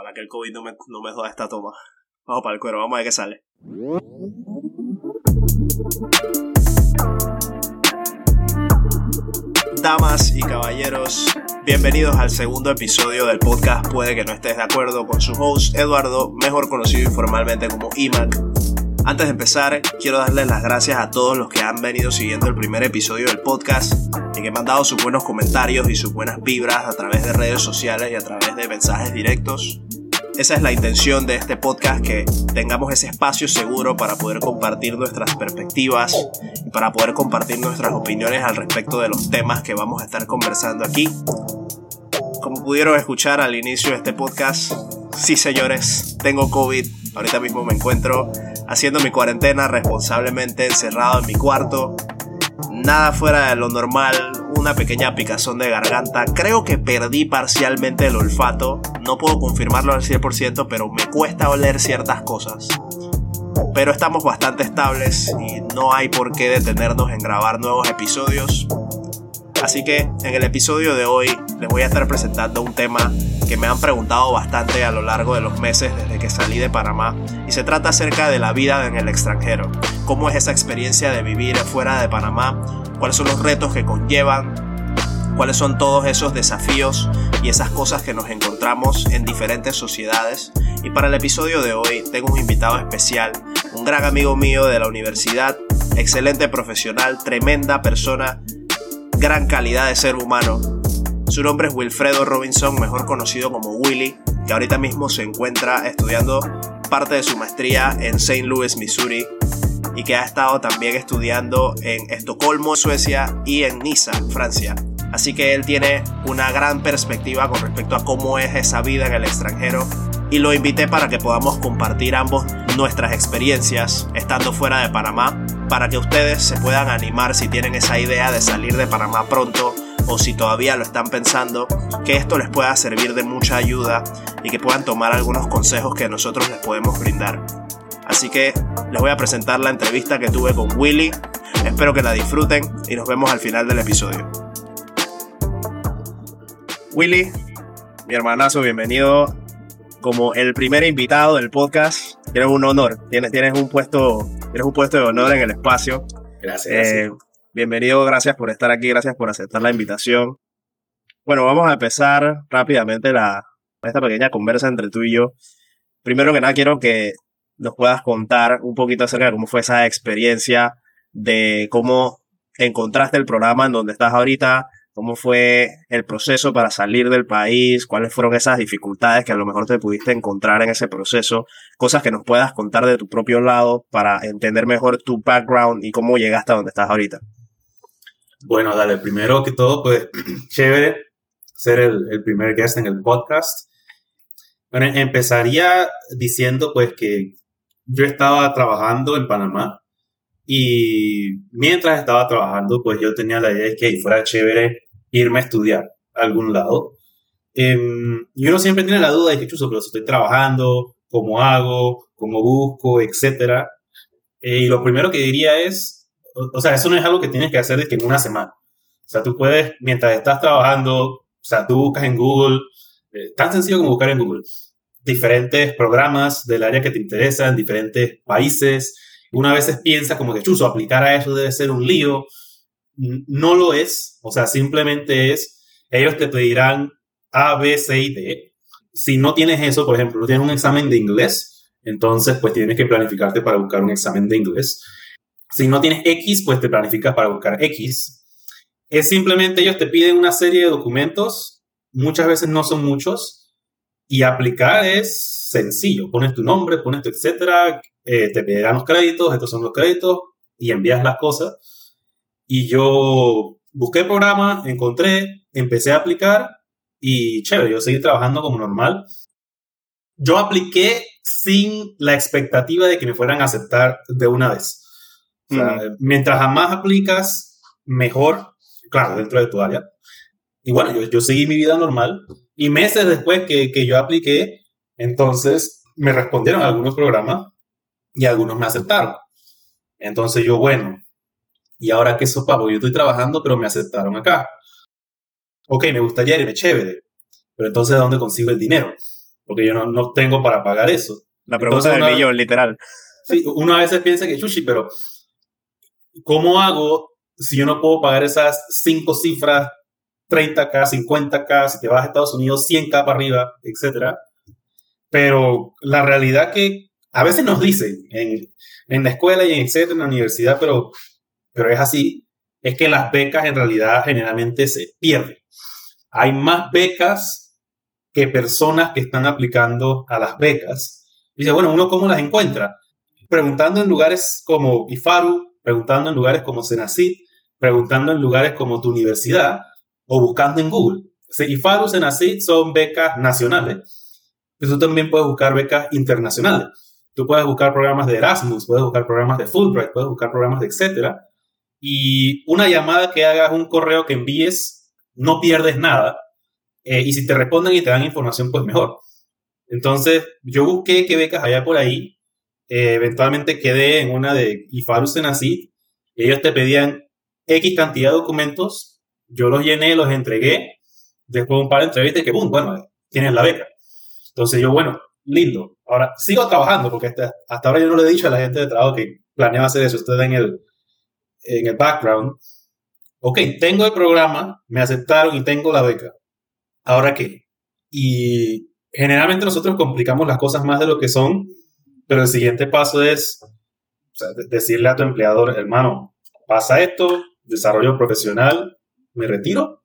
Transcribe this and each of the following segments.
Ojalá que el COVID no me joda esta toma. Vamos para el cuero, vamos a ver qué sale. Damas y caballeros, bienvenidos al segundo episodio del podcast Puede que no estés de acuerdo, con su host Eduardo, mejor conocido informalmente como IMAC. Antes de empezar, quiero darles las gracias a todos los que han venido siguiendo el primer episodio del podcast y que me han dado sus buenos comentarios y sus buenas vibras a través de redes sociales y a través de mensajes directos. Esa es la intención de este podcast, que tengamos ese espacio seguro para poder compartir nuestras perspectivas y para poder compartir nuestras opiniones al respecto de los temas que vamos a estar conversando aquí. Como pudieron escuchar al inicio de este podcast, sí señores, tengo COVID. Ahorita mismo me encuentro haciendo mi cuarentena responsablemente encerrado en mi cuarto. Nada fuera de lo normal, una pequeña picazón de garganta. Creo que perdí parcialmente el olfato. No puedo confirmarlo al 100%, pero me cuesta oler ciertas cosas. Pero estamos bastante estables y no hay por qué detenernos en grabar nuevos episodios. Así que en el episodio de hoy les voy a estar presentando un tema que me han preguntado bastante a lo largo de los meses desde que salí de Panamá, y se trata acerca de la vida en el extranjero. ¿Cómo es esa experiencia de vivir fuera de Panamá? ¿Cuáles son los retos que conllevan? ¿Cuáles son todos esos desafíos y esas cosas que nos encontramos en diferentes sociedades? Y para el episodio de hoy tengo un invitado especial, un gran amigo mío de la universidad, excelente profesional, tremenda persona, gran calidad de ser humano. Su nombre es Wilfredo Robinson, mejor conocido como Willy, que ahorita mismo se encuentra estudiando parte de su maestría en St. Louis, Missouri, y que ha estado también estudiando en Estocolmo, Suecia, y en Niza, Francia. Así que él tiene una gran perspectiva con respecto a cómo es esa vida en el extranjero, y lo invité para que podamos compartir ambos nuestras experiencias estando fuera de Panamá, para que ustedes se puedan animar si tienen esa idea de salir de Panamá pronto, o si todavía lo están pensando, que esto les pueda servir de mucha ayuda y que puedan tomar algunos consejos que nosotros les podemos brindar. Así que les voy a presentar la entrevista que tuve con Willy. Espero que la disfruten y nos vemos al final del episodio. Willy, mi hermanazo, bienvenido como el primer invitado del podcast. Tienes un honor, tienes un puesto de honor en el espacio. Gracias. Bienvenido, gracias por estar aquí, gracias por aceptar la invitación. Bueno, vamos a empezar rápidamente esta pequeña conversa entre tú y yo. Primero que nada, quiero que nos puedas contar un poquito acerca de cómo fue esa experiencia, de cómo encontraste el programa en donde estás ahorita, cómo fue el proceso para salir del país, cuáles fueron esas dificultades que a lo mejor te pudiste encontrar en ese proceso, cosas que nos puedas contar de tu propio lado para entender mejor tu background y cómo llegaste a donde estás ahorita. Bueno, dale, primero que todo, pues, chévere ser el primer guest en el podcast. Bueno, empezaría diciendo, pues, que yo estaba trabajando en Panamá y mientras estaba trabajando, pues, yo tenía la idea de que fuera chévere irme a estudiar a algún lado. Y uno siempre tiene la duda de que, chuzo, pero si estoy trabajando, ¿cómo hago? ¿Cómo busco? Etcétera. Y lo primero que diría es, o sea, eso no es algo que tienes que hacer de que en una semana. O sea, tú puedes, mientras estás trabajando, o sea, tú buscas en Google, tan sencillo como buscar en Google, diferentes programas del área que te interesa en diferentes países. Una vez piensa como que, chuzo, aplicar a eso debe ser un lío. No lo es. O sea, simplemente es, ellos te pedirán A, B, C y D. Si no tienes eso, por ejemplo, no tienes un examen de inglés, entonces pues tienes que planificarte para buscar un examen de inglés. Si no tienes X, pues te planificas para buscar X. Es simplemente ellos te piden una serie de documentos, muchas veces no son muchos, y aplicar es sencillo. Pones tu nombre, pones tu etcétera, te pedirán los créditos, estos son los créditos, y envías las cosas. Y yo busqué el programa, encontré, empecé a aplicar, y chévere, yo seguí trabajando como normal. Yo apliqué sin la expectativa de que me fueran a aceptar de una vez. O sea, mientras más aplicas, mejor, claro, dentro de tu área. Y bueno, yo seguí mi vida normal. Y meses después que yo apliqué, entonces me respondieron a algunos programas y algunos me aceptaron. Entonces yo, bueno, ¿y ahora qué sopa? Porque yo estoy trabajando, pero me aceptaron acá. Ok, me gustaría irme, chévere. Pero entonces, ¿de dónde consigo el dinero? porque yo no tengo para pagar eso. La pregunta del millón, literal. Sí, uno a veces piensa que, chuchi, pero ¿cómo hago si yo no puedo pagar esas 5 cifras, 30K, 50K, si te vas a Estados Unidos, 100K para arriba, etcétera? Pero la realidad que a veces nos dicen en la escuela y etcétera, en la universidad, pero es así, es que las becas en realidad generalmente se pierden. Hay más becas que personas que están aplicando a las becas. Dice, bueno, ¿uno cómo las encuentra? Preguntando en lugares como IFARU, preguntando en lugares como Senacid, preguntando en lugares como tu universidad o buscando en Google. IFARU, Senacid son becas nacionales, pero tú también puedes buscar becas internacionales. Tú puedes buscar programas de Erasmus, puedes buscar programas de Fulbright, puedes buscar programas de etcétera. Y una llamada que hagas, un correo que envíes, no pierdes nada. Y si te responden y te dan información, pues mejor. Entonces, yo busqué qué becas había por ahí. Eventualmente quedé en una de IFARU Senacid. Ellos te pedían X cantidad de documentos. Yo los llené, los entregué. Después de un par de entrevistas que, ¡pum!, bueno, tienes la beca. Entonces yo, bueno, lindo. Ahora, sigo trabajando porque hasta ahora yo no le he dicho a la gente de trabajo que planeaba hacer eso. Ustedes en el background. Ok, tengo el programa, me aceptaron y tengo la beca. ¿Ahora qué? Y generalmente nosotros complicamos las cosas más de lo que son, pero el siguiente paso es, o sea, decirle a tu empleador, hermano, pasa esto, desarrollo profesional, me retiro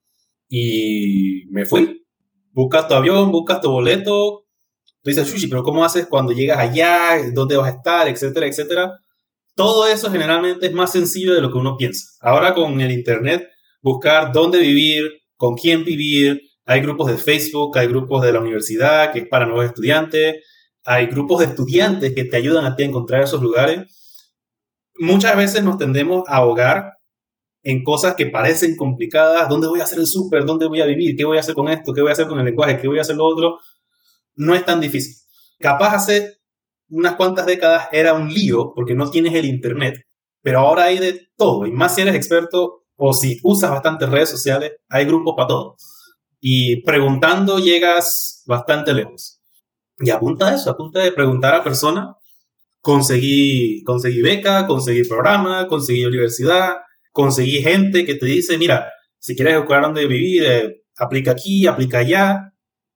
y me fui. Buscas tu avión, buscas tu boleto. Tú dices, Shushi, pero ¿cómo haces cuando llegas allá? ¿Dónde vas a estar? Etcétera, etcétera. Todo eso generalmente es más sencillo de lo que uno piensa. Ahora con el internet, buscar dónde vivir, con quién vivir. Hay grupos de Facebook, hay grupos de la universidad que es para nuevos estudiantes. Hay grupos de estudiantes que te ayudan a ti a encontrar esos lugares. Muchas veces nos tendemos a ahogar en cosas que parecen complicadas. ¿Dónde voy a hacer el súper? ¿Dónde voy a vivir? ¿Qué voy a hacer con esto? ¿Qué voy a hacer con el lenguaje? ¿Qué voy a hacer lo otro? No es tan difícil. Capaz hace unas cuantas décadas era un lío porque no tienes el internet, pero ahora hay de todo. Y más si eres experto o si usas bastantes redes sociales, hay grupos para todo. Y preguntando llegas bastante lejos. Y apunta a eso, apunta de preguntar a personas. Conseguí beca, conseguí programa, conseguí universidad, conseguí gente que te dice, mira, si quieres buscar dónde vivir, aplica aquí, aplica allá.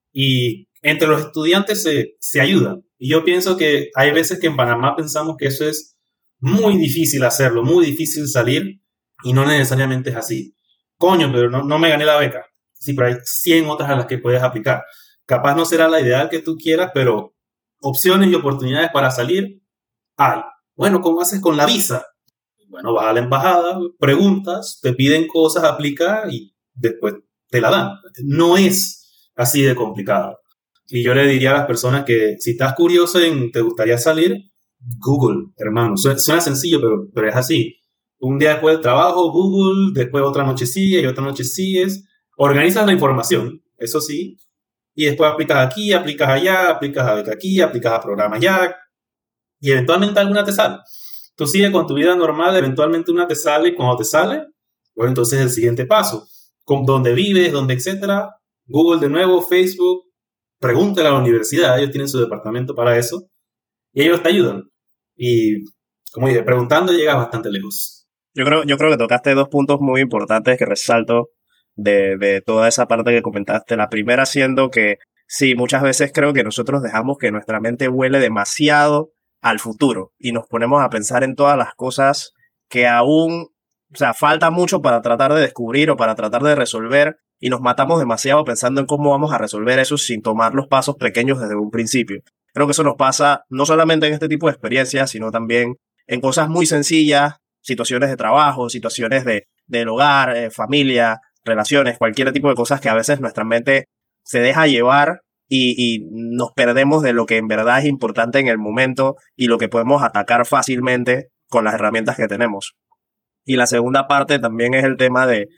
Y entre los estudiantes se ayudan. Y yo pienso que hay veces que en Panamá pensamos que eso es muy difícil hacerlo, muy difícil salir, y no necesariamente es así. Coño, pero no me gané la beca. Sí, pero hay 100 otras a las que puedes aplicar. Capaz no será la ideal que tú quieras, pero opciones y oportunidades para salir hay. Bueno, ¿cómo haces con la visa? Bueno, vas a la embajada, preguntas, te piden cosas, aplica y después te la dan. No es así de complicado. Y yo le diría a las personas que si estás curioso en te gustaría salir, Google, hermano. Suena sencillo, pero es así. Un día después del trabajo, Google, después otra noche sigues y otra noche sigues. Organizas la información, eso sí, y después aplicas aquí, aplicas allá, aplicas a beca aquí, aplicas a programa allá, y eventualmente alguna te sale. Tú sigues con tu vida normal, eventualmente una te sale, y cuando te sale, bueno, entonces el siguiente paso, con dónde vives, dónde, etcétera, Google de nuevo, Facebook, pregúntale a la universidad, ellos tienen su departamento para eso, y ellos te ayudan. Y, como dije, preguntando llegas bastante lejos. Yo creo que tocaste dos puntos muy importantes que resalto de toda esa parte que comentaste. La primera siendo que sí, muchas veces creo que nosotros dejamos que nuestra mente vuele demasiado al futuro y nos ponemos a pensar en todas las cosas que aún, o sea, falta mucho para tratar de descubrir o para tratar de resolver, y nos matamos demasiado pensando en cómo vamos a resolver eso sin tomar los pasos pequeños desde un principio. Creo que eso nos pasa no solamente en este tipo de experiencias, sino también en cosas muy sencillas, situaciones de trabajo, situaciones del hogar, familia, relaciones, cualquier tipo de cosas que a veces nuestra mente se deja llevar y nos perdemos de lo que en verdad es importante en el momento y lo que podemos atacar fácilmente con las herramientas que tenemos. Y la segunda parte también es el tema de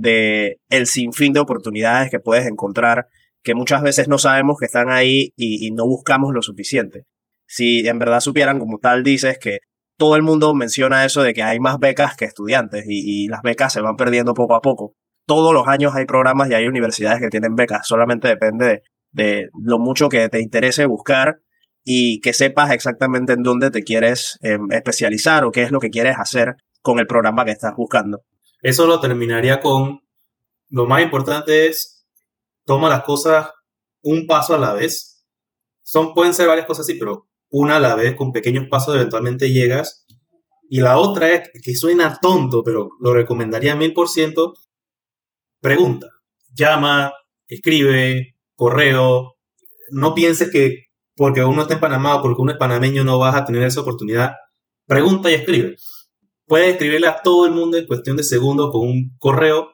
el sinfín de oportunidades que puedes encontrar, que muchas veces no sabemos que están ahí y no buscamos lo suficiente. Si en verdad supieran, como tal dices, que todo el mundo menciona eso de que hay más becas que estudiantes y las becas se van perdiendo poco a poco. Todos los años hay programas y hay universidades que tienen becas, solamente depende de lo mucho que te interese buscar y que sepas exactamente en dónde te quieres especializar o qué es lo que quieres hacer con el programa que estás buscando. Eso lo terminaría con, lo más importante es, toma las cosas un paso a la vez. Pueden ser varias cosas así, pero una a la vez, con pequeños pasos eventualmente llegas. Y la otra es, que suena tonto, pero lo recomendaría 1000%, pregunta, llama, escribe, correo. No pienses que porque uno está en Panamá o porque uno es panameño no vas a tener esa oportunidad. Pregunta y escribe. Puedes escribirle a todo el mundo en cuestión de segundos con un correo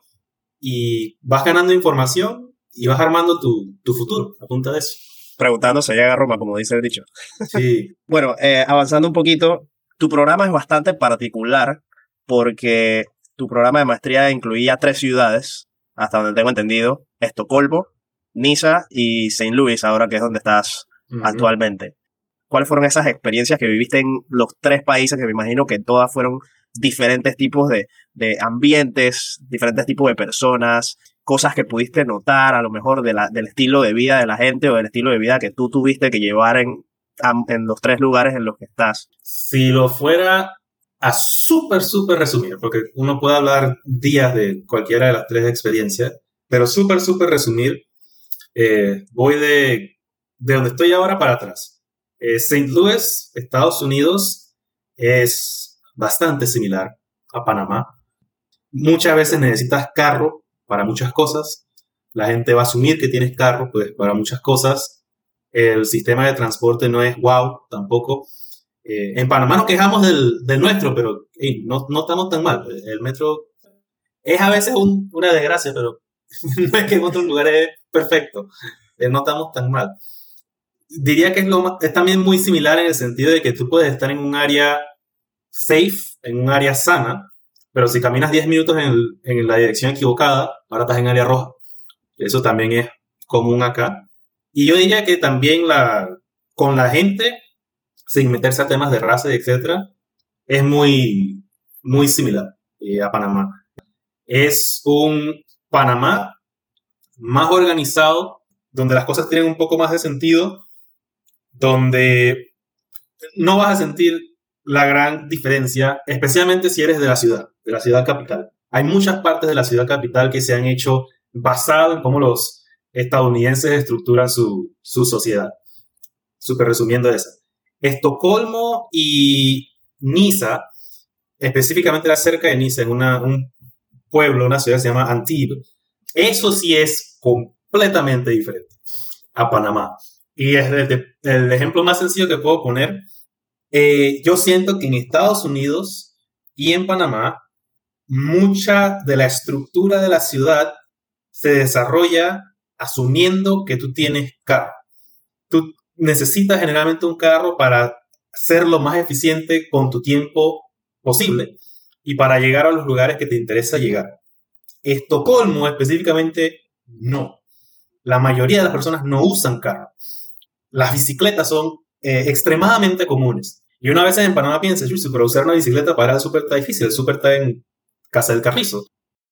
y vas ganando información y vas armando tu futuro a punta de eso. Preguntando se llega a Roma, como dice el dicho. Sí. Bueno, avanzando un poquito, tu programa es bastante particular porque tu programa de maestría incluía 3 ciudades, hasta donde tengo entendido: Estocolmo, Niza y Saint Louis, ahora que es donde estás actualmente. ¿Cuáles fueron esas experiencias que viviste en los 3 países, que me imagino que todas fueron diferentes tipos de ambientes, diferentes tipos de personas, cosas que pudiste notar a lo mejor del estilo de vida de la gente o del estilo de vida que tú tuviste que llevar en los 3 lugares en los que estás? Si lo fuera a súper resumir, porque uno puede hablar días de cualquiera de las 3 experiencias, pero súper resumir, voy de donde estoy ahora para atrás. St. Louis, Estados Unidos, es bastante similar a Panamá. Muchas veces necesitas carro para muchas cosas. La gente va a asumir que tienes carro, pues, para muchas cosas. El sistema de transporte no es wow tampoco. En Panamá nos quejamos del nuestro, pero no estamos tan mal. El metro es a veces una desgracia, pero no es que en otros lugares es perfecto. No estamos tan mal. Diría que es también muy similar en el sentido de que tú puedes estar en un área safe, en un área sana, pero si caminas 10 minutos en la dirección equivocada, ahora estás en área roja. Eso también es común acá. Y yo diría que también con la gente, sin meterse a temas de raza y etcétera, es muy similar a Panamá. Es un Panamá más organizado, donde las cosas tienen un poco más de sentido, donde no vas a sentir la gran diferencia, especialmente si eres de la ciudad capital. Hay muchas partes de la ciudad capital que se han hecho basado en cómo los estadounidenses estructuran su sociedad. Súper resumiendo eso. Estocolmo y Niza, específicamente la cerca de Niza, en un pueblo, una ciudad que se llama Antibes. Eso sí es completamente diferente a Panamá. Y es el ejemplo más sencillo que puedo poner. Yo siento que en Estados Unidos y en Panamá, mucha de la estructura de la ciudad se desarrolla asumiendo que tú tienes carro. Tú necesitas generalmente un carro para ser lo más eficiente con tu tiempo posible y para llegar a los lugares que te interesa llegar. Estocolmo específicamente no. La mayoría de las personas no usan carro. Las bicicletas son extremadamente comunes. Y una vez en Panamá piensas, pero usar una bicicleta para el súper está difícil. El súper está en Casa del Carrizo.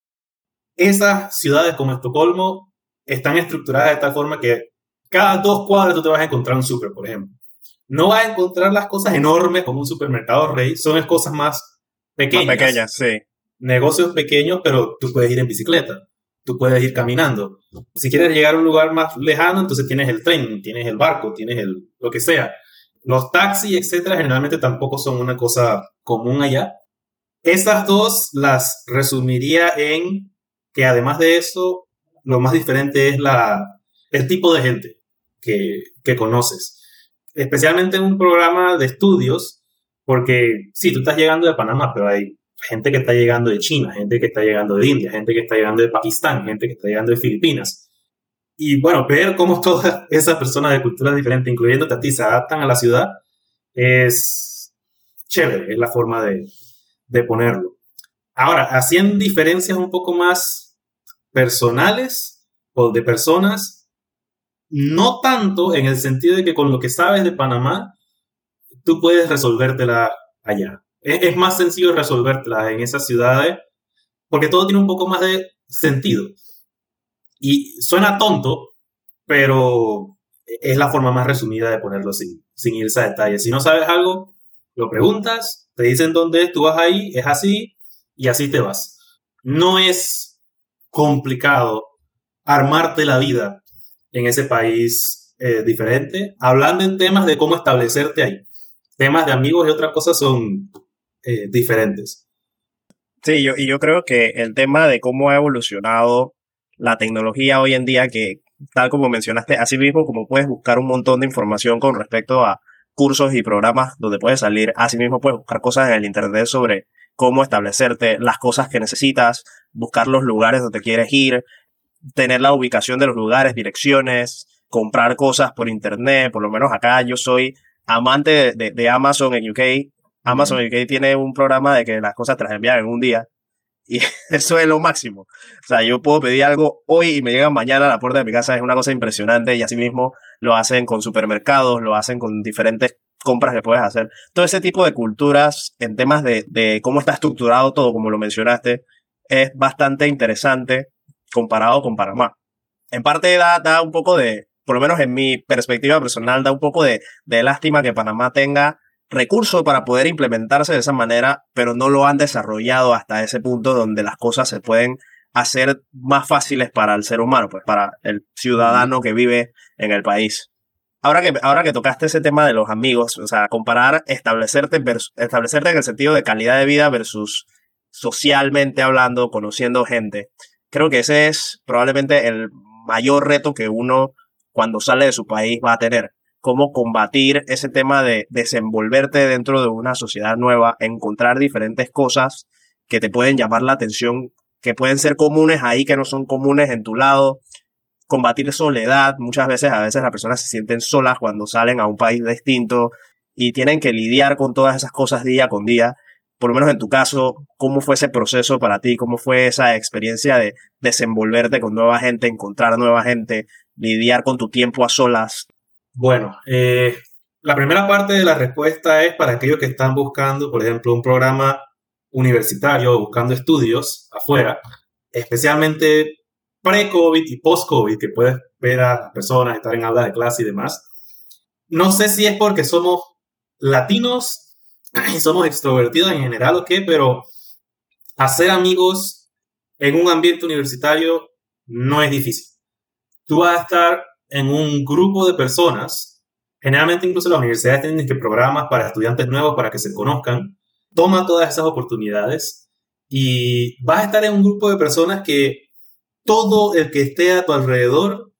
Esas ciudades como Estocolmo están estructuradas de tal forma que cada 2 cuadras tú te vas a encontrar un súper, por ejemplo. No vas a encontrar las cosas enormes como un supermercado rey, son las cosas más pequeñas. Más pequeñas, sí. Negocios pequeños, pero tú puedes ir en bicicleta, tú puedes ir caminando. Si quieres llegar a un lugar más lejano, entonces tienes el tren, tienes el barco, tienes lo que sea. Los taxis, etcétera, generalmente tampoco son una cosa común allá. Estas 2 las resumiría en que además de eso, lo más diferente es el tipo de gente que conoces. Especialmente en un programa de estudios, porque sí, tú estás llegando de Panamá, pero hay gente que está llegando de China, gente que está llegando de India, gente que está llegando de Pakistán, gente que está llegando de Filipinas. Y bueno, ver cómo todas esas personas de culturas diferentes, incluyéndote a ti, se adaptan a la ciudad, es chévere, es la forma de ponerlo. Ahora, haciendo diferencias un poco más personales o de personas, no tanto en el sentido de que con lo que sabes de Panamá, tú puedes resolvértela allá. Es más sencillo resolvértela en esas ciudades porque todo tiene un poco más de sentido. Y suena tonto, pero es la forma más resumida de ponerlo sin irse a detalles. Si no sabes algo, lo preguntas, te dicen dónde es, tú vas ahí, es así, y así te vas. No es complicado armarte la vida en ese país diferente, hablando en temas de cómo establecerte ahí. Temas de amigos y otras cosas son diferentes. Sí, yo creo que el tema de cómo ha evolucionado la tecnología hoy en día, que tal como mencionaste, así mismo como puedes buscar un montón de información con respecto a cursos y programas donde puedes salir, así mismo puedes buscar cosas en el internet sobre cómo establecerte, las cosas que necesitas, buscar los lugares donde quieres ir, tener la ubicación de los lugares, direcciones, comprar cosas por internet. Por lo menos acá yo soy amante de Amazon en UK. Amazon UK tiene un programa de que las cosas te las envían en un día. Y eso es lo máximo. O sea, yo puedo pedir algo hoy y me llega mañana a la puerta de mi casa. Es una cosa impresionante. Y así mismo lo hacen con supermercados, lo hacen con diferentes compras que puedes hacer. Todo ese tipo de culturas en temas de cómo está estructurado todo, como lo mencionaste, es bastante interesante comparado con Panamá. En parte da un poco de, por lo menos en mi perspectiva personal, da un poco de lástima que Panamá tenga recursos para poder implementarse de esa manera, pero no lo han desarrollado hasta ese punto donde las cosas se pueden hacer más fáciles para el ser humano, pues para el ciudadano que vive en el país. Ahora que tocaste ese tema de los amigos, o sea, comparar establecerte en el sentido de calidad de vida versus socialmente hablando, conociendo gente, creo que ese es probablemente el mayor reto que uno cuando sale de su país va a tener. Cómo combatir ese tema de desenvolverte dentro de una sociedad nueva, encontrar diferentes cosas que te pueden llamar la atención, que pueden ser comunes ahí, que no son comunes en tu lado. Combatir soledad. A veces las personas se sienten solas cuando salen a un país distinto y tienen que lidiar con todas esas cosas día con día. Por lo menos en tu caso, ¿cómo fue ese proceso para ti? ¿Cómo fue esa experiencia de desenvolverte con nueva gente, encontrar nueva gente, lidiar con tu tiempo a solas? Bueno, la primera parte de la respuesta es para aquellos que están buscando, por ejemplo, un programa universitario, buscando estudios afuera, especialmente pre-COVID y post-COVID, que puedes ver a las personas, estar en aulas de clase y demás. No sé si es porque somos latinos y somos extrovertidos en general o qué, pero hacer amigos en un ambiente universitario no es difícil. Tú vas a estar en un grupo de personas, generalmente incluso las universidades tienen que programas para estudiantes nuevos para que se conozcan. Toma todas esas oportunidades y vas a estar en un grupo de personas que todo el que esté a tu alrededor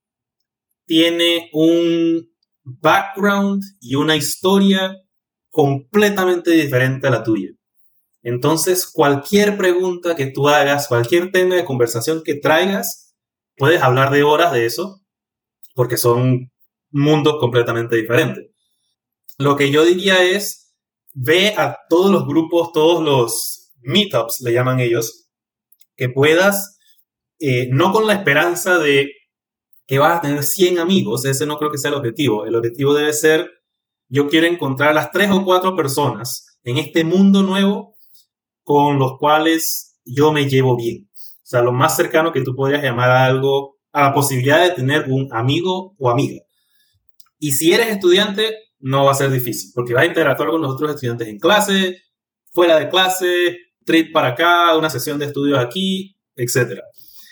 tiene un background y una historia completamente diferente a la tuya. Entonces, cualquier pregunta que tú hagas, cualquier tema de conversación que traigas, puedes hablar de horas de eso, porque son mundos completamente diferentes. Lo que yo diría es, ve a todos los grupos, todos los meetups, le llaman ellos, que puedas, no con la esperanza de que vas a tener 100 amigos, ese no creo que sea el objetivo. El objetivo debe ser, yo quiero encontrar a las 3 o 4 personas en este mundo nuevo con los cuales yo me llevo bien. O sea, lo más cercano que tú podrías llamar a algo, a la posibilidad de tener un amigo o amiga. Y si eres estudiante, no va a ser difícil, porque vas a interactuar con los otros estudiantes en clase, fuera de clase, trip para acá, una sesión de estudios aquí, etc.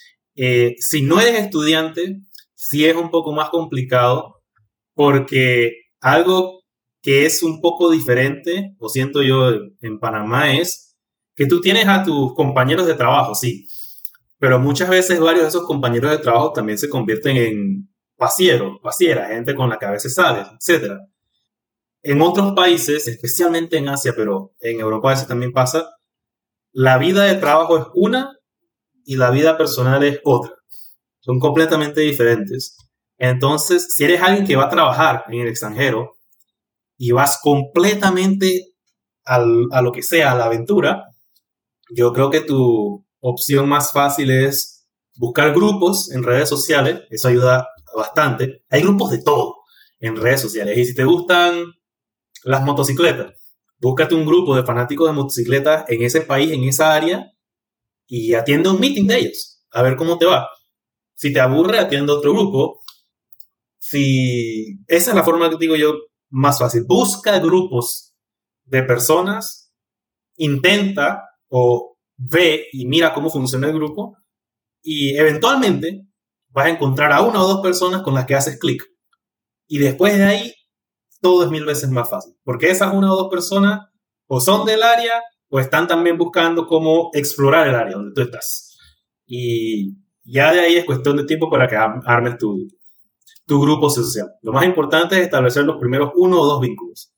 Si no eres estudiante, sí es un poco más complicado, porque algo que es un poco diferente, o siento yo en Panamá, es que tú tienes a tus compañeros de trabajo, sí, pero muchas veces varios de esos compañeros de trabajo también se convierten en pasieras, gente con la que a veces sales, etc. En otros países, especialmente en Asia, pero en Europa a veces también pasa, la vida de trabajo es una y la vida personal es otra. Son completamente diferentes. Entonces, si eres alguien que va a trabajar en el extranjero y vas completamente a lo que sea, a la aventura, yo creo que tu opción más fácil es buscar grupos en redes sociales. Eso ayuda bastante. Hay grupos de todo en redes sociales. Y si te gustan las motocicletas, búscate un grupo de fanáticos de motocicletas en ese país, en esa área, y atiende un meeting de ellos, a ver cómo te va. Si te aburre, atiende otro grupo. si esa es la forma que digo yo más fácil. Busca grupos de personas, intenta o ve y mira cómo funciona el grupo y eventualmente vas a encontrar a una o dos personas con las que haces clic. Y después de ahí, todo es 1000 veces más fácil. Porque esas una o dos personas o son del área o están también buscando cómo explorar el área donde tú estás. Y ya de ahí es cuestión de tiempo para que armes tu grupo social. Lo más importante es establecer los primeros uno o dos vínculos.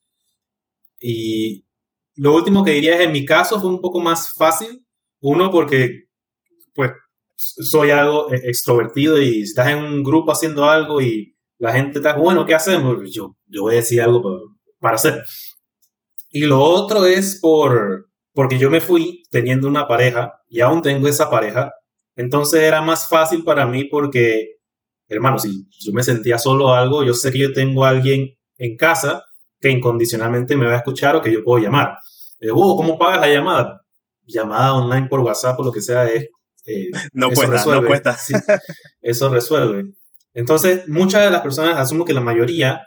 Y lo último que diría es, en mi caso fue un poco más fácil. Uno, porque pues soy algo extrovertido y si estás en un grupo haciendo algo y la gente está, bueno, ¿qué hacemos? Yo voy a decir algo para hacer. Y lo otro es porque yo me fui teniendo una pareja y aún tengo esa pareja. Entonces era más fácil para mí porque, hermano, si yo me sentía solo o algo, yo sé que yo tengo a alguien en casa que incondicionalmente me va a escuchar o que yo puedo llamar. ¿Cómo pagas la llamada? Llamada online por WhatsApp o lo que sea No eso cuesta, resuelve. no cuesta. Sí, eso resuelve. Entonces, muchas de las personas, asumo que la mayoría,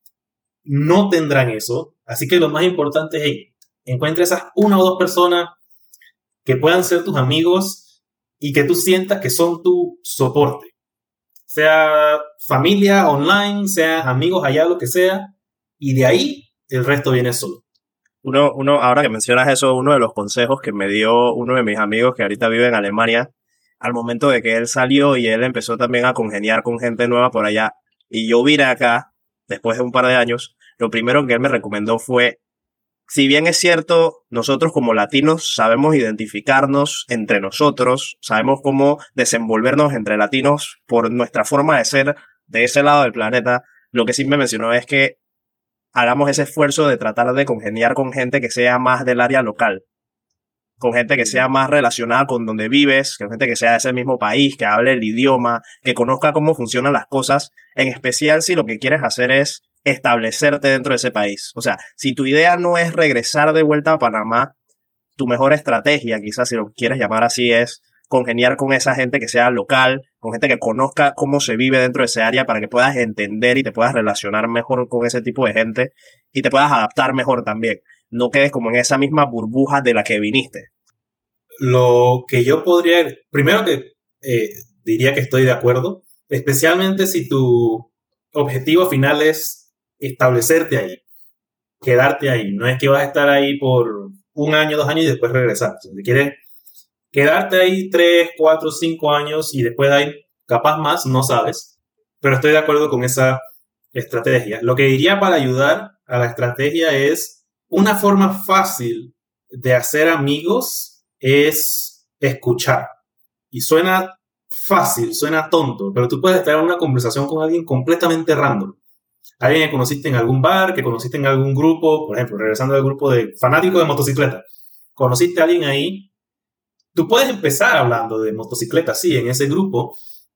no tendrán eso. Así que lo más importante es, hey, encuentra esas una o dos personas que puedan ser tus amigos y que tú sientas que son tu soporte. Sea familia online, sea amigos allá, lo que sea. Y de ahí, el resto viene solo. Ahora que mencionas eso, uno de los consejos que me dio uno de mis amigos que ahorita vive en Alemania, al momento de que él salió y él empezó también a congeniar con gente nueva por allá, y yo vine acá, después de un par de años, lo primero que él me recomendó fue, si bien es cierto, nosotros como latinos sabemos identificarnos entre nosotros, sabemos cómo desenvolvernos entre latinos por nuestra forma de ser de ese lado del planeta, lo que sí me mencionó es que hagamos ese esfuerzo de tratar de congeniar con gente que sea más del área local, con gente que sea más relacionada con donde vives, con gente que sea de ese mismo país, que hable el idioma, que conozca cómo funcionan las cosas, en especial si lo que quieres hacer es establecerte dentro de ese país. O sea, si tu idea no es regresar de vuelta a Panamá, tu mejor estrategia, quizás si lo quieres llamar así, es congeniar con esa gente que sea local, con gente que conozca cómo se vive dentro de ese área para que puedas entender y te puedas relacionar mejor con ese tipo de gente y te puedas adaptar mejor también. No quedes como en esa misma burbuja de la que viniste. Lo que yo podría, primero que diría que estoy de acuerdo, especialmente si tu objetivo final es establecerte ahí, quedarte ahí. No es que vas a estar ahí por 1 año, 2 años y después regresar. Si quieres quedarte ahí 3, 4, 5 años y después de ahí capaz más, no sabes. Pero estoy de acuerdo con esa estrategia. Lo que diría para ayudar a la estrategia es una forma fácil de hacer amigos es escuchar. Y suena fácil, suena tonto, pero tú puedes estar en una conversación con alguien completamente random. Alguien que conociste en algún bar, que conociste en algún grupo, por ejemplo, regresando al grupo de fanáticos de motocicleta. Conociste a alguien ahí. Tú puedes empezar hablando de motocicleta, sí, en ese grupo,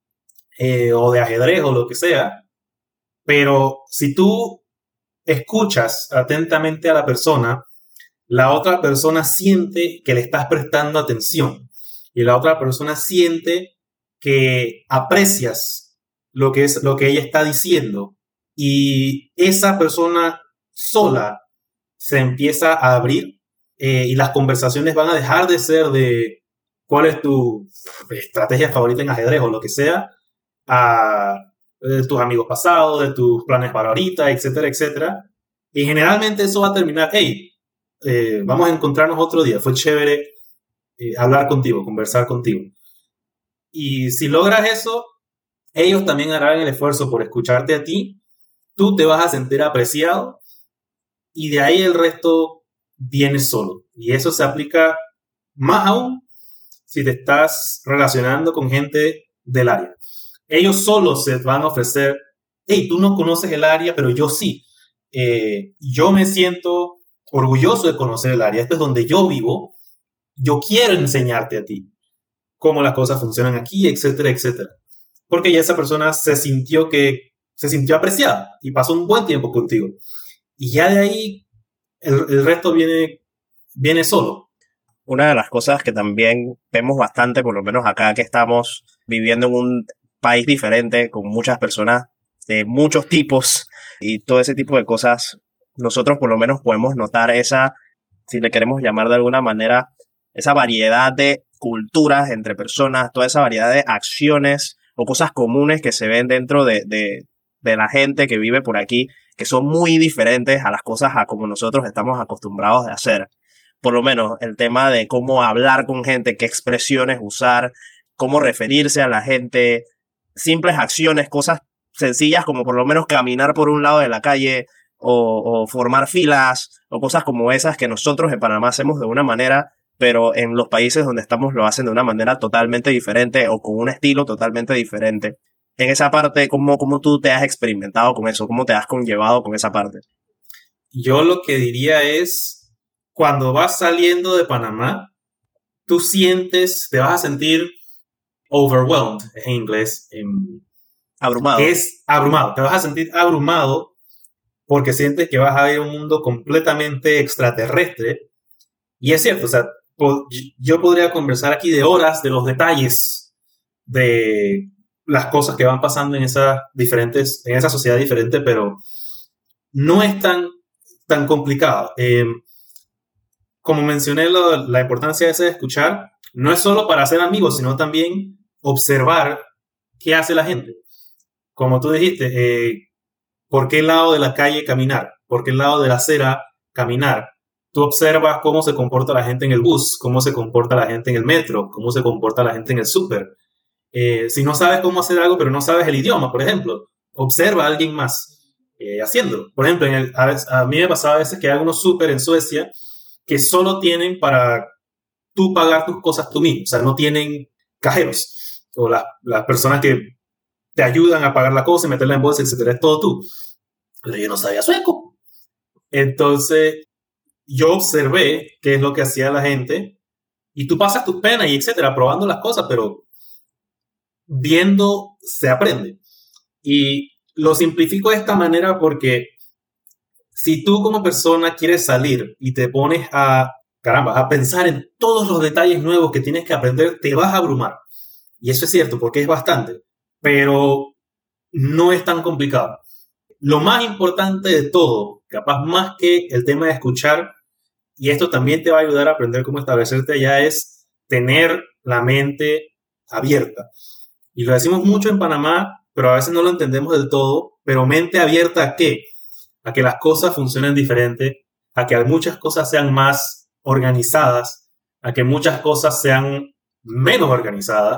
o de ajedrez o lo que sea, pero si tú escuchas atentamente a la otra persona siente que le estás prestando atención y la otra persona siente que aprecias lo que ella está diciendo y esa persona sola se empieza a abrir y las conversaciones van a dejar de ser de cuál es tu estrategia favorita en ajedrez o lo que sea, de tus amigos pasados, de tus planes para ahorita, etcétera, etcétera. Y generalmente eso va a terminar, hey, vamos a encontrarnos otro día, fue chévere hablar contigo, conversar contigo. Y si logras eso, ellos también harán el esfuerzo por escucharte a ti, tú te vas a sentir apreciado y de ahí el resto viene solo. Y eso se aplica más aún si te estás relacionando con gente del área. Ellos solos se van a ofrecer, hey, tú no conoces el área, pero yo sí. Yo me siento orgulloso de conocer el área. Esto es donde yo vivo. Yo quiero enseñarte a ti cómo las cosas funcionan aquí, etcétera, etcétera. Porque ya esa persona se sintió apreciada y pasó un buen tiempo contigo. Y ya de ahí el resto viene solo. Una de las cosas que también vemos bastante, por lo menos acá que estamos viviendo en un país diferente, con muchas personas de muchos tipos y todo ese tipo de cosas, nosotros por lo menos podemos notar esa, si le queremos llamar de alguna manera, esa variedad de culturas entre personas, toda esa variedad de acciones o cosas comunes que se ven dentro de la gente que vive por aquí, que son muy diferentes a las cosas a como nosotros estamos acostumbrados de hacer. Por lo menos el tema de cómo hablar con gente, qué expresiones usar, cómo referirse a la gente, simples acciones, cosas sencillas como por lo menos caminar por un lado de la calle o formar filas o cosas como esas que nosotros en Panamá hacemos de una manera, pero en los países donde estamos lo hacen de una manera totalmente diferente o con un estilo totalmente diferente. En esa parte, ¿cómo tú te has experimentado con eso? ¿Cómo te has conllevado con esa parte? Yo lo que diría es, cuando vas saliendo de Panamá, tú te vas a sentir overwhelmed en inglés, Abrumado. que es abrumado. Te vas a sentir abrumado porque sientes que vas a ver un mundo completamente extraterrestre. Y es cierto, o sea, yo podría conversar aquí de horas de los detalles de las cosas que van pasando en en esa sociedad diferente, pero no es tan complicado. Como mencioné, la importancia de escuchar no es solo para hacer amigos, sino también observar qué hace la gente. Como tú dijiste, ¿por qué lado de la calle caminar? ¿Por qué lado de la acera caminar? Tú observas cómo se comporta la gente en el bus, cómo se comporta la gente en el metro, cómo se comporta la gente en el súper. Si no sabes cómo hacer algo, pero no sabes el idioma, por ejemplo, observa a alguien más haciéndolo. Por ejemplo, a mí me pasaba a veces que hay algunos súper en Suecia que solo tienen para tú pagar tus cosas tú mismo. O sea, no tienen cajeros o las personas que te ayudan a pagar la cosa y meterla en bolsa, etcétera. Es todo tú. Pero yo no sabía sueco. Entonces, yo observé qué es lo que hacía la gente y tú pasas tus penas y etcétera, probando las cosas, pero viendo se aprende. Y lo simplifico de esta manera porque si tú como persona quieres salir y te pones a pensar en todos los detalles nuevos que tienes que aprender, te vas a abrumar. Y eso es cierto porque es bastante, pero no es tan complicado. Lo más importante de todo, capaz más que el tema de escuchar, y esto también te va a ayudar a aprender cómo establecerte allá, es tener la mente abierta. Y lo decimos mucho en Panamá, pero a veces no lo entendemos del todo. Pero mente abierta ¿a qué? A que las cosas funcionen diferente, a que muchas cosas sean más organizadas, a que muchas cosas sean menos organizadas,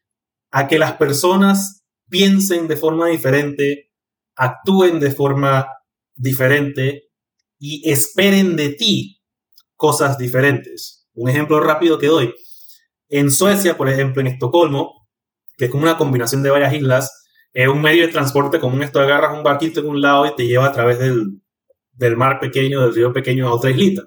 a que las personas piensen de forma diferente, actúen de forma diferente y esperen de ti cosas diferentes. Un ejemplo rápido que doy. En Suecia, por ejemplo, en Estocolmo, que es como una combinación de varias islas, es un medio de transporte común. Esto agarras un barquito en un lado y te lleva a través del mar pequeño, del río pequeño a otra islita.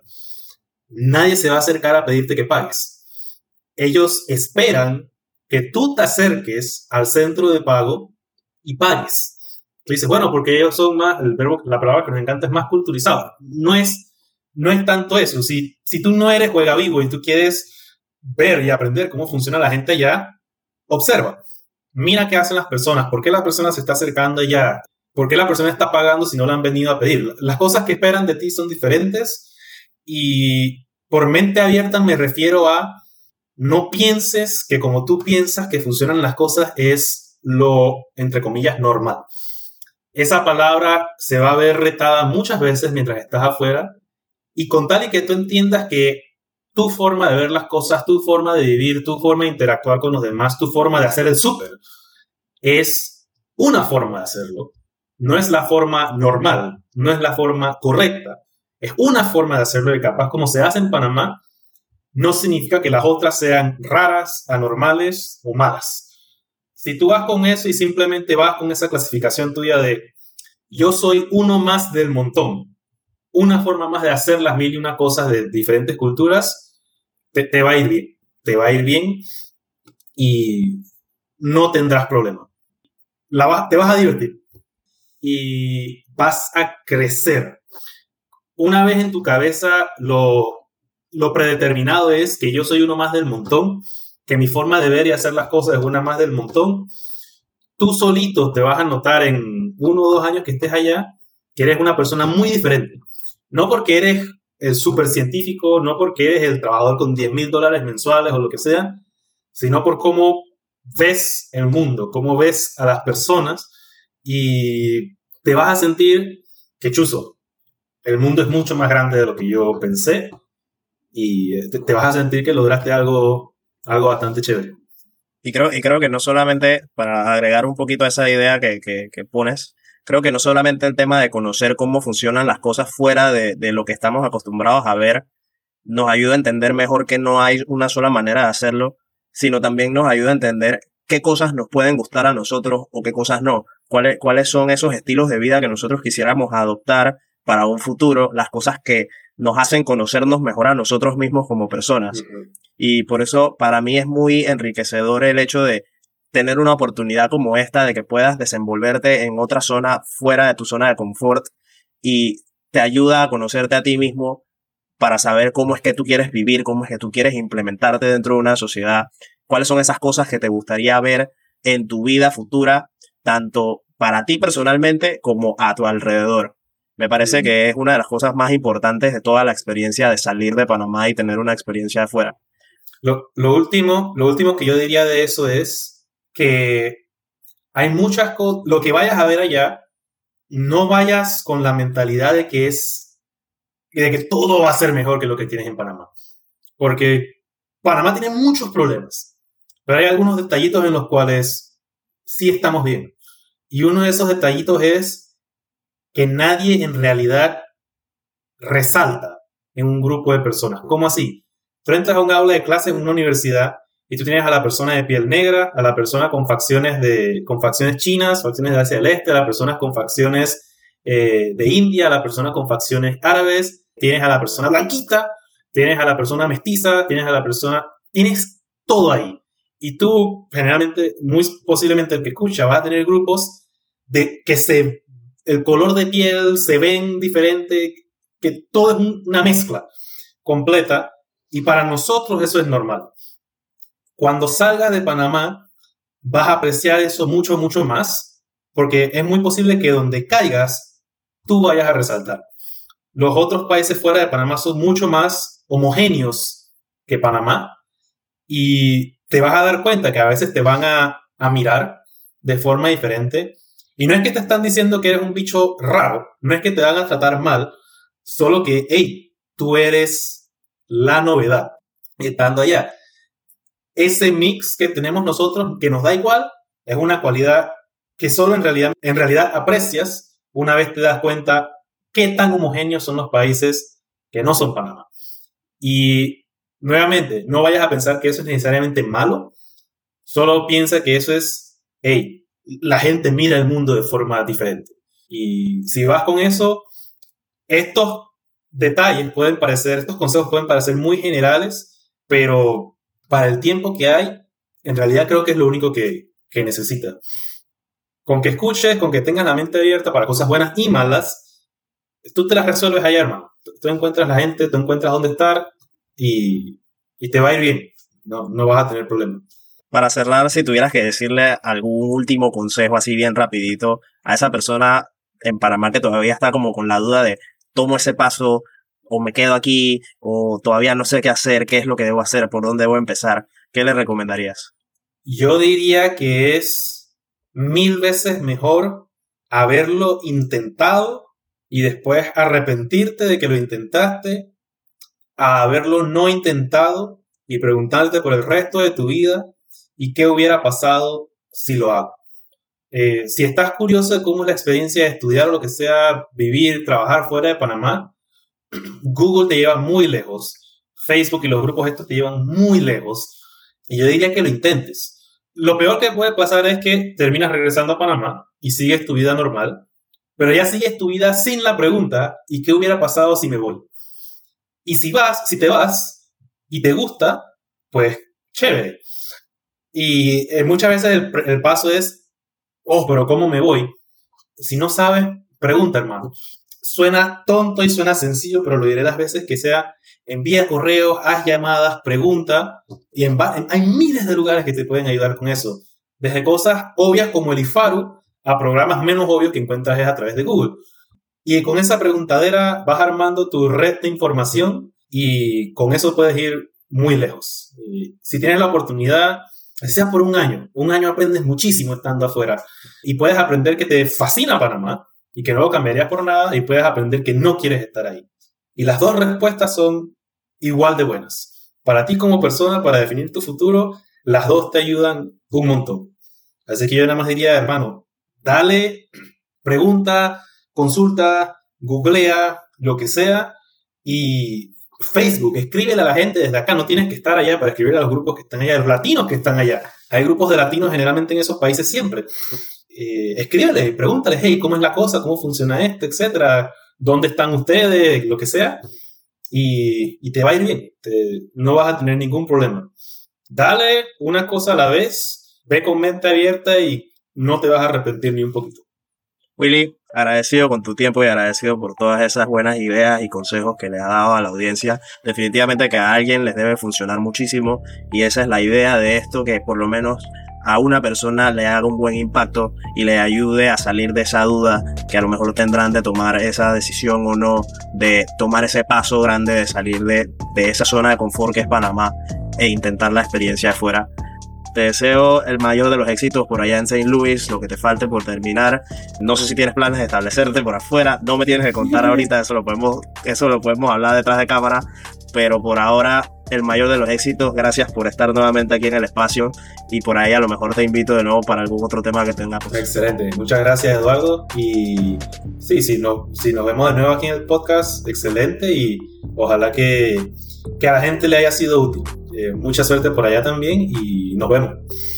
Nadie se va a acercar a pedirte que pagues. Ellos esperan que tú te acerques al centro de pago y pagues. Tú dices, bueno, porque ellos son más, la palabra que nos encanta es más culturizado. No es tanto eso. Si tú no eres juega vivo y tú quieres ver y aprender cómo funciona la gente allá, observa. Mira qué hacen las personas. ¿Por qué la persona se está acercando allá? ¿Por qué la persona está pagando si no la han venido a pedir? Las cosas que esperan de ti son diferentes y por mente abierta me refiero a no pienses que como tú piensas que funcionan las cosas es lo, entre comillas, normal. Esa palabra se va a ver retada muchas veces mientras estás afuera y con tal y que tú entiendas que tu forma de ver las cosas, tu forma de vivir, tu forma de interactuar con los demás, tu forma de hacer el súper, es una forma de hacerlo. No es la forma normal, no es la forma correcta. Es una forma de hacerlo y capaz como se hace en Panamá, no significa que las otras sean raras, anormales o malas. Si tú vas con eso y simplemente vas con esa clasificación tuya de yo soy uno más del montón, una forma más de hacer las mil y una cosas de diferentes culturas, te va a ir bien. Te va a ir bien y no tendrás problema. Te vas a divertir y vas a crecer. Una vez en tu cabeza lo predeterminado es que yo soy uno más del montón, que mi forma de ver y hacer las cosas es una más del montón, tú solito te vas a notar en 1 o 2 años que estés allá, que eres una persona muy diferente. No porque eres el super científico, no porque eres el trabajador con $10,000 mensuales o lo que sea, sino por cómo ves el mundo, cómo ves a las personas y te vas a sentir que chuzo. El mundo es mucho más grande de lo que yo pensé y te vas a sentir que lograste algo bastante chévere. Y creo que no solamente, para agregar un poquito a esa idea que pones, creo que no solamente el tema de conocer cómo funcionan las cosas fuera de lo que estamos acostumbrados a ver, nos ayuda a entender mejor que no hay una sola manera de hacerlo, sino también nos ayuda a entender qué cosas nos pueden gustar a nosotros o qué cosas no. Cuáles son esos estilos de vida que nosotros quisiéramos adoptar para un futuro, las cosas que nos hacen conocernos mejor a nosotros mismos como personas. Y por eso para mí es muy enriquecedor el hecho de tener una oportunidad como esta, de que puedas desenvolverte en otra zona fuera de tu zona de confort y te ayuda a conocerte a ti mismo para saber cómo es que tú quieres vivir, cómo es que tú quieres implementarte dentro de una sociedad, cuáles son esas cosas que te gustaría ver en tu vida futura, tanto para ti personalmente como a tu alrededor. Me parece que es una de las cosas más importantes de toda la experiencia de salir de Panamá y tener una experiencia afuera. Lo último que yo diría de eso es que hay muchas cosas, lo que vayas a ver allá, no vayas con la mentalidad de que todo va a ser mejor que lo que tienes en Panamá. Porque Panamá tiene muchos problemas, pero hay algunos detallitos en los cuales sí estamos bien. Y uno de esos detallitos es que nadie en realidad resalta en un grupo de personas. ¿Cómo así? Tú entras a un aula de clase en una universidad y tú tienes a la persona de piel negra, a la persona con facciones chinas, facciones de Asia del Este, a las personas con facciones de India, a la persona con facciones árabes, tienes a la persona blanquita, tienes a la persona mestiza, tienes todo ahí. Y tú, generalmente, muy posiblemente el que escucha, vas a tener grupos de que el color de piel se ven diferente, que todo es una mezcla completa, y para nosotros eso es normal. Cuando salgas de Panamá, vas a apreciar eso mucho, mucho más, porque es muy posible que donde caigas, tú vayas a resaltar. Los otros países fuera de Panamá son mucho más homogéneos que Panamá, y te vas a dar cuenta que a veces te van a mirar de forma diferente. Y no es que te están diciendo que eres un bicho raro, no es que te van a tratar mal, solo que, hey, tú eres la novedad estando allá. Ese mix que tenemos nosotros, que nos da igual, es una cualidad que solo en realidad aprecias una vez te das cuenta qué tan homogéneos son los países que no son Panamá. Y nuevamente, no vayas a pensar que eso es necesariamente malo, solo piensa que eso es, hey, la gente mira el mundo de forma diferente. Y si vas con eso, estos estos consejos pueden parecer muy generales, pero para el tiempo que hay, en realidad creo que es lo único que necesitas. Con que escuches, con que tengas la mente abierta para cosas buenas y malas, tú te las resuelves allá, hermano. Tú encuentras la gente, tú encuentras dónde estar y te va a ir bien. No vas a tener problemas. Para cerrar, si tuvieras que decirle algún último consejo así bien rapidito a esa persona en Panamá que todavía está como con la duda de tomo ese paso o me quedo aquí o todavía no sé qué hacer, qué es lo que debo hacer, por dónde debo empezar, ¿qué le recomendarías? Yo diría que es 1000 veces mejor haberlo intentado y después arrepentirte de que lo intentaste, a haberlo no intentado y preguntarte por el resto de tu vida y qué hubiera pasado si lo hago. Si estás curioso de cómo es la experiencia de estudiar o lo que sea, vivir, trabajar fuera de Panamá, Google te lleva muy lejos, Facebook y los grupos estos te llevan muy lejos, y yo diría que lo intentes. Lo peor que puede pasar es que terminas regresando a Panamá y sigues tu vida normal, pero ya sigues tu vida sin la pregunta, ¿y qué hubiera pasado si me voy? Y si te vas y te gusta, pues chévere. Y muchas veces el paso es, pero ¿cómo me voy? Si no sabes, pregunta, hermano. Suena tonto y suena sencillo, pero lo diré las veces que sea. Envía correos, haz llamadas, pregunta. Y hay miles de lugares que te pueden ayudar con eso. Desde cosas obvias como el IFARU a programas menos obvios que encuentras a través de Google. Y con esa preguntadera vas armando tu red de información y con eso puedes ir muy lejos. Si tienes la oportunidad, así sea por un año aprendes muchísimo estando afuera y puedes aprender que te fascina Panamá y que no lo cambiarías por nada, y puedes aprender que no quieres estar ahí. Y las dos respuestas son igual de buenas. Para ti como persona, para definir tu futuro, las dos te ayudan un montón. Así que yo nada más diría, hermano, dale, pregunta, consulta, googlea, lo que sea, y Facebook, escríbele a la gente desde acá, no tienes que estar allá para escribirle a los grupos que están allá, a los latinos que están allá. Hay grupos de latinos generalmente en esos países siempre. Escríbele, pregúntale, hey, ¿cómo es la cosa? ¿Cómo funciona esto? Etcétera. ¿Dónde están ustedes? Lo que sea. Y te va a ir bien. No vas a tener ningún problema. Dale una cosa a la vez, ve con mente abierta y no te vas a arrepentir ni un poquito. Willy, agradecido con tu tiempo y agradecido por todas esas buenas ideas y consejos que le has dado a la audiencia. Definitivamente que a alguien les debe funcionar muchísimo y esa es la idea de esto, que por lo menos a una persona le haga un buen impacto y le ayude a salir de esa duda que a lo mejor tendrán de tomar esa decisión o no, de tomar ese paso grande de salir de esa zona de confort que es Panamá e intentar la experiencia afuera. Te deseo el mayor de los éxitos por allá en St. Louis, lo que te falte por terminar. No sé si tienes planes de establecerte por afuera, no me tienes que contar ahorita, eso lo podemos hablar detrás de cámara, pero por ahora el mayor de los éxitos. Gracias por estar nuevamente aquí en el espacio y por ahí a lo mejor te invito de nuevo para algún otro tema que tengamos. Excelente, muchas gracias Eduardo, y sí, si nos vemos de nuevo aquí en el podcast, excelente, y ojalá que a la gente le haya sido útil. Mucha suerte por allá también y nos vemos.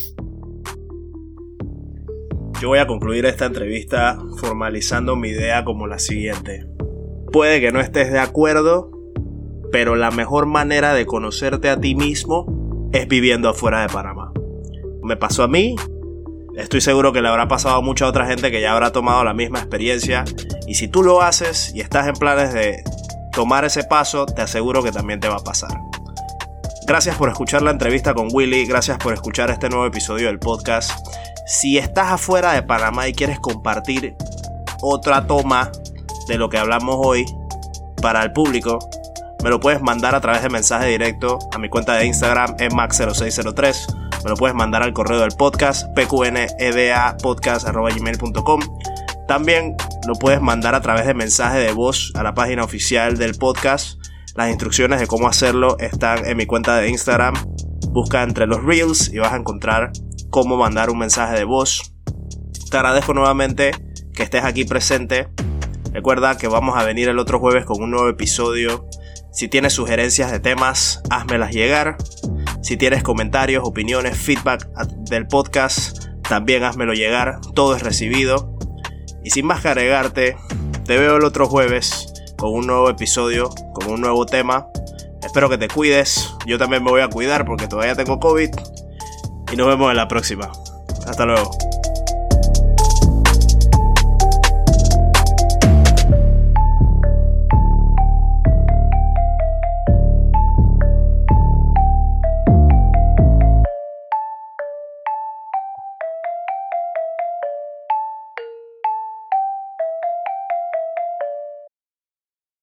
Yo voy a concluir esta entrevista formalizando mi idea como la siguiente. Puede que no estés de acuerdo, pero la mejor manera de conocerte a ti mismo es viviendo afuera de Panamá. Me pasó a mí, estoy seguro que le habrá pasado a mucha otra gente que ya habrá tomado la misma experiencia, y si tú lo haces y estás en planes de tomar ese paso, te aseguro que también te va a pasar. Gracias por escuchar la entrevista con Willy, gracias por escuchar este nuevo episodio del podcast. Si estás afuera de Panamá y quieres compartir otra toma de lo que hablamos hoy para el público, me lo puedes mandar a través de mensaje directo a mi cuenta de Instagram max0603. Me lo puedes mandar al correo del podcast pqnedapodcast@gmail.com. También lo puedes mandar a través de mensaje de voz a la página oficial del podcast. Las instrucciones de cómo hacerlo están en mi cuenta de Instagram. Busca entre los Reels y vas a encontrar cómo mandar un mensaje de voz. Te agradezco nuevamente que estés aquí presente. Recuerda que vamos a venir el otro jueves con un nuevo episodio. Si tienes sugerencias de temas, házmelas llegar. Si tienes comentarios, opiniones, feedback del podcast, también házmelo llegar. Todo es recibido. Y sin más que agregarte, te veo el otro jueves con un nuevo episodio, con un nuevo tema. Espero que te cuides. Yo también me voy a cuidar porque todavía tengo COVID. Y nos vemos en la próxima. Hasta luego.